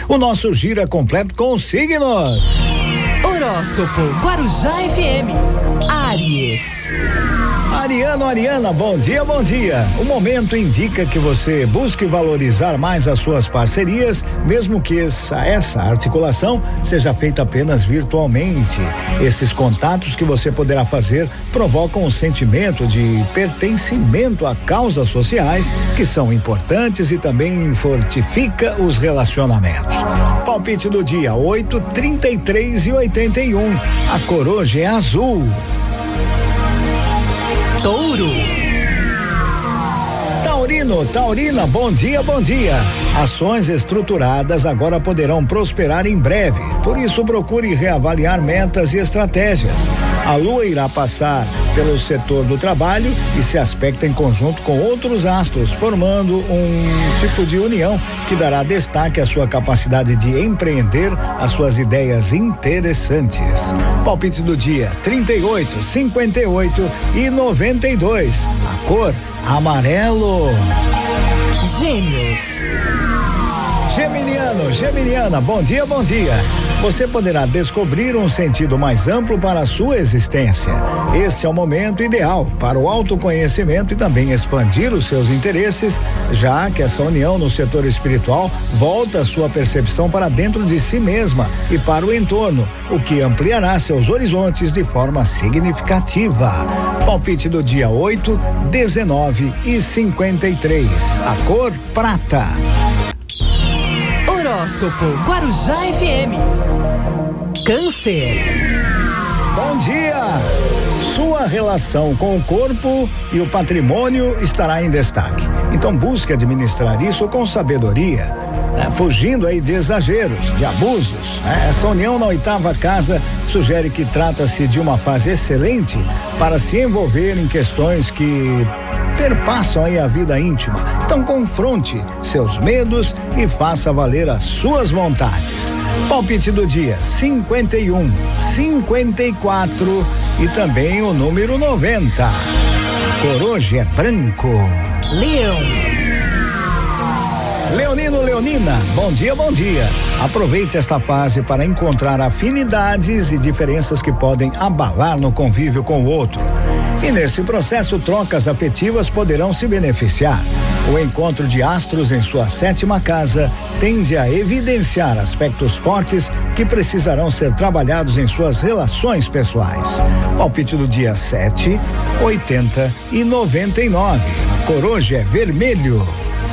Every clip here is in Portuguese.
O nosso giro é completo com signos. Horóscopo Guarujá FM. Áries. Ariano, Ariana, bom dia, bom dia. O momento indica que você busque valorizar mais as suas parcerias, mesmo que essa articulação seja feita apenas virtualmente. Esses contatos que você poderá fazer provocam um sentimento de pertencimento a causas sociais que são importantes e também fortifica os relacionamentos. Palpite do dia 8, 33 e 81. A cor hoje é azul. Touro. Taurino, Taurina, bom dia, bom dia. Ações estruturadas agora poderão prosperar em breve, por isso procure reavaliar metas e estratégias. A lua irá passar pelo setor do trabalho e se aspecta em conjunto com outros astros, formando um tipo de união que dará destaque à sua capacidade de empreender as suas ideias interessantes. Palpite do dia 38, 58 e 92. A cor amarelo. Gêmeos. Geminiano, Geminiana, bom dia, bom dia. Você poderá descobrir um sentido mais amplo para a sua existência. Este é o momento ideal para o autoconhecimento e também expandir os seus interesses, já que essa união no setor espiritual volta a sua percepção para dentro de si mesma e para o entorno, o que ampliará seus horizontes de forma significativa. Palpite do dia 8, 19 e 53. A cor prata. Horóscopo Guarujá FM. Câncer. Bom dia! Sua relação com o corpo e o patrimônio estará em destaque. Então busque administrar isso com sabedoria, fugindo aí de exageros, de abusos. Essa união na 8ª casa sugere que trata-se de uma fase excelente para se envolver em questões que perpassam aí a vida íntima. Então confronte seus medos e faça valer as suas vontades. Palpite do dia 51, 54 e também o número 90. A cor hoje é branco. Leão. Leonino, Leonina, bom dia, bom dia. Aproveite esta fase para encontrar afinidades e diferenças que podem abalar no convívio com o outro. E nesse processo, trocas afetivas poderão se beneficiar. O encontro de astros em sua 7ª casa tende a evidenciar aspectos fortes que precisarão ser trabalhados em suas relações pessoais. Palpite do dia 7, 80 e 99. A cor hoje é vermelho.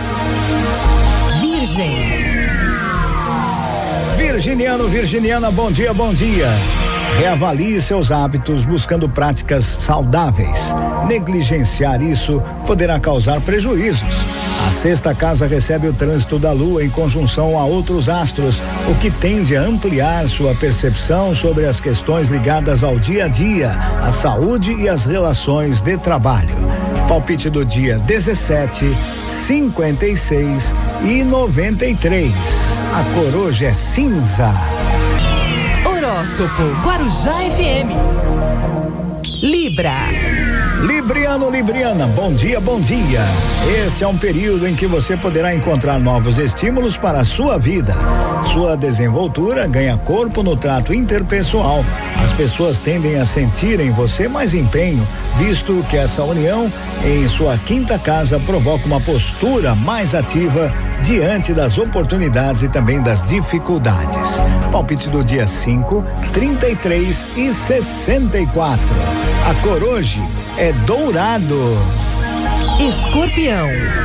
Virgem. Virginiano, Virginiana, bom dia, bom dia. Reavalie seus hábitos buscando práticas saudáveis. Negligenciar isso poderá causar prejuízos. A 6ª casa recebe o trânsito da lua em conjunção a outros astros, o que tende a ampliar sua percepção sobre as questões ligadas ao dia a dia, à saúde e às relações de trabalho. Palpite do dia 17, 56 e 93. A cor hoje é cinza. Horóscopo Guarujá FM. Libra. Libriano, Libriana, bom dia, bom dia. Este é um período em que você poderá encontrar novos estímulos para a sua vida. Sua desenvoltura ganha corpo no trato interpessoal. As pessoas tendem a sentir em você mais empenho, visto que essa união em sua 5ª casa provoca uma postura mais ativa diante das oportunidades e também das dificuldades. Palpite do dia 5, 33 e 64. A cor hoje é dourado. Escorpião.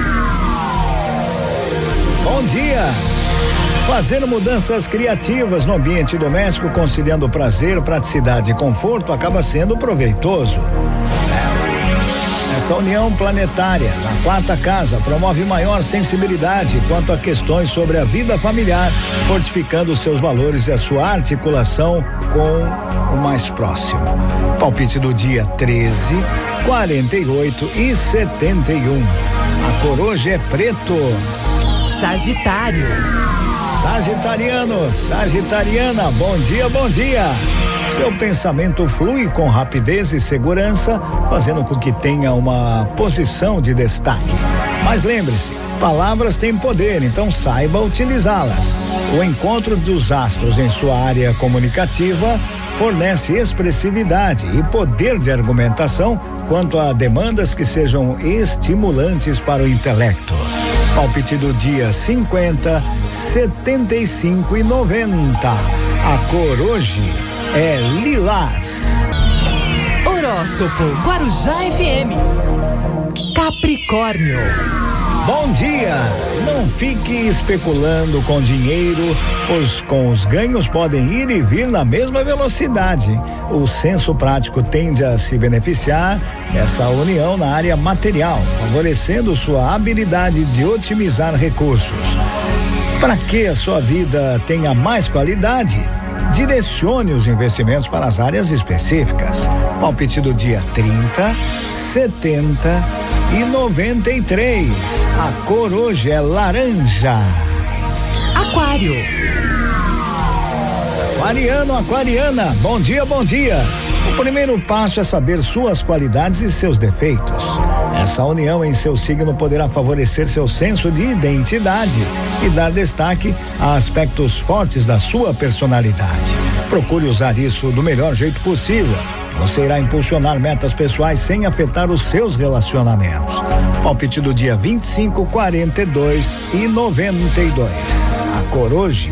Bom dia. Fazer mudanças criativas no ambiente doméstico, conciliando prazer, praticidade e conforto, acaba sendo proveitoso. Essa união planetária na 4ª casa promove maior sensibilidade quanto a questões sobre a vida familiar, fortificando seus valores e a sua articulação com o mais próximo. Palpite do dia 13, 48 e 71. A cor hoje é preto. Sagitário. Sagitariano, Sagitariana, bom dia, bom dia. Seu pensamento flui com rapidez e segurança, fazendo com que tenha uma posição de destaque. Mas lembre-se, palavras têm poder, então saiba utilizá-las. O encontro dos astros em sua área comunicativa fornece expressividade e poder de argumentação quanto a demandas que sejam estimulantes para o intelecto. Palpite do dia 50, 75 e 90. A cor hoje é lilás. Horóscopo Guarujá FM. Capricórnio. Bom dia! Não fique especulando com dinheiro, pois com os ganhos podem ir e vir na mesma velocidade. O senso prático tende a se beneficiar dessa união na área material, favorecendo sua habilidade de otimizar recursos. Para que a sua vida tenha mais qualidade, direcione os investimentos para as áreas específicas. Palpite do dia 30, 70 e 93. A cor hoje é laranja. Aquário. Aquariano, aquariana, bom dia, bom dia. O primeiro passo é saber suas qualidades e seus defeitos. Essa união em seu signo poderá favorecer seu senso de identidade e dar destaque a aspectos fortes da sua personalidade. Procure usar isso do melhor jeito possível. Você irá impulsionar metas pessoais sem afetar os seus relacionamentos. Palpite do dia 25, 42 e 92. A cor hoje,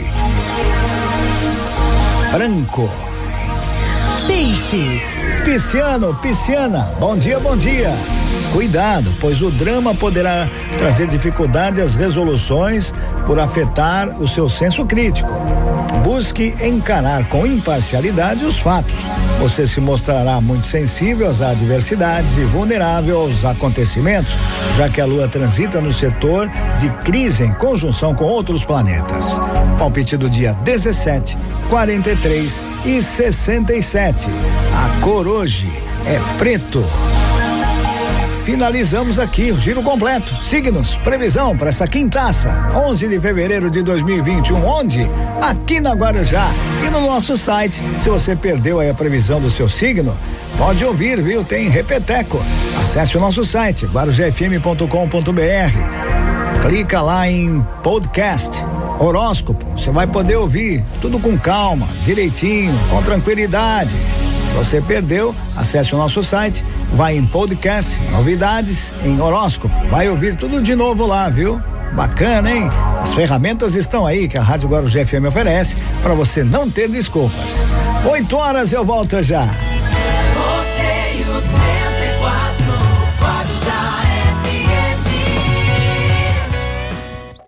branco. Peixes. Pisciano, pisciana, bom dia, bom dia. Cuidado, pois o drama poderá trazer dificuldade às resoluções por afetar o seu senso crítico. Busque encarar com imparcialidade os fatos. Você se mostrará muito sensível às adversidades e vulnerável aos acontecimentos, já que a Lua transita no setor de crise em conjunção com outros planetas. Palpite do dia 17, 43 e 67. A cor hoje é preto. Finalizamos aqui o giro completo. Signos, previsão para essa quintaça, 11 de fevereiro de 2021, onde? Aqui na Guarujá e no nosso site. Se você perdeu aí a previsão do seu signo, pode ouvir, viu? Tem repeteco. Acesse o nosso site, guarujafm.com.br. Clica lá em podcast, horóscopo. Você vai poder ouvir tudo com calma, direitinho, com tranquilidade. Se você perdeu, acesse o nosso site, vai em podcast, novidades em horóscopo, vai ouvir tudo de novo lá, viu? Bacana, hein? As ferramentas estão aí que a Rádio Guarujá FM oferece para você não ter desculpas. 8 horas eu volto já. Rodeio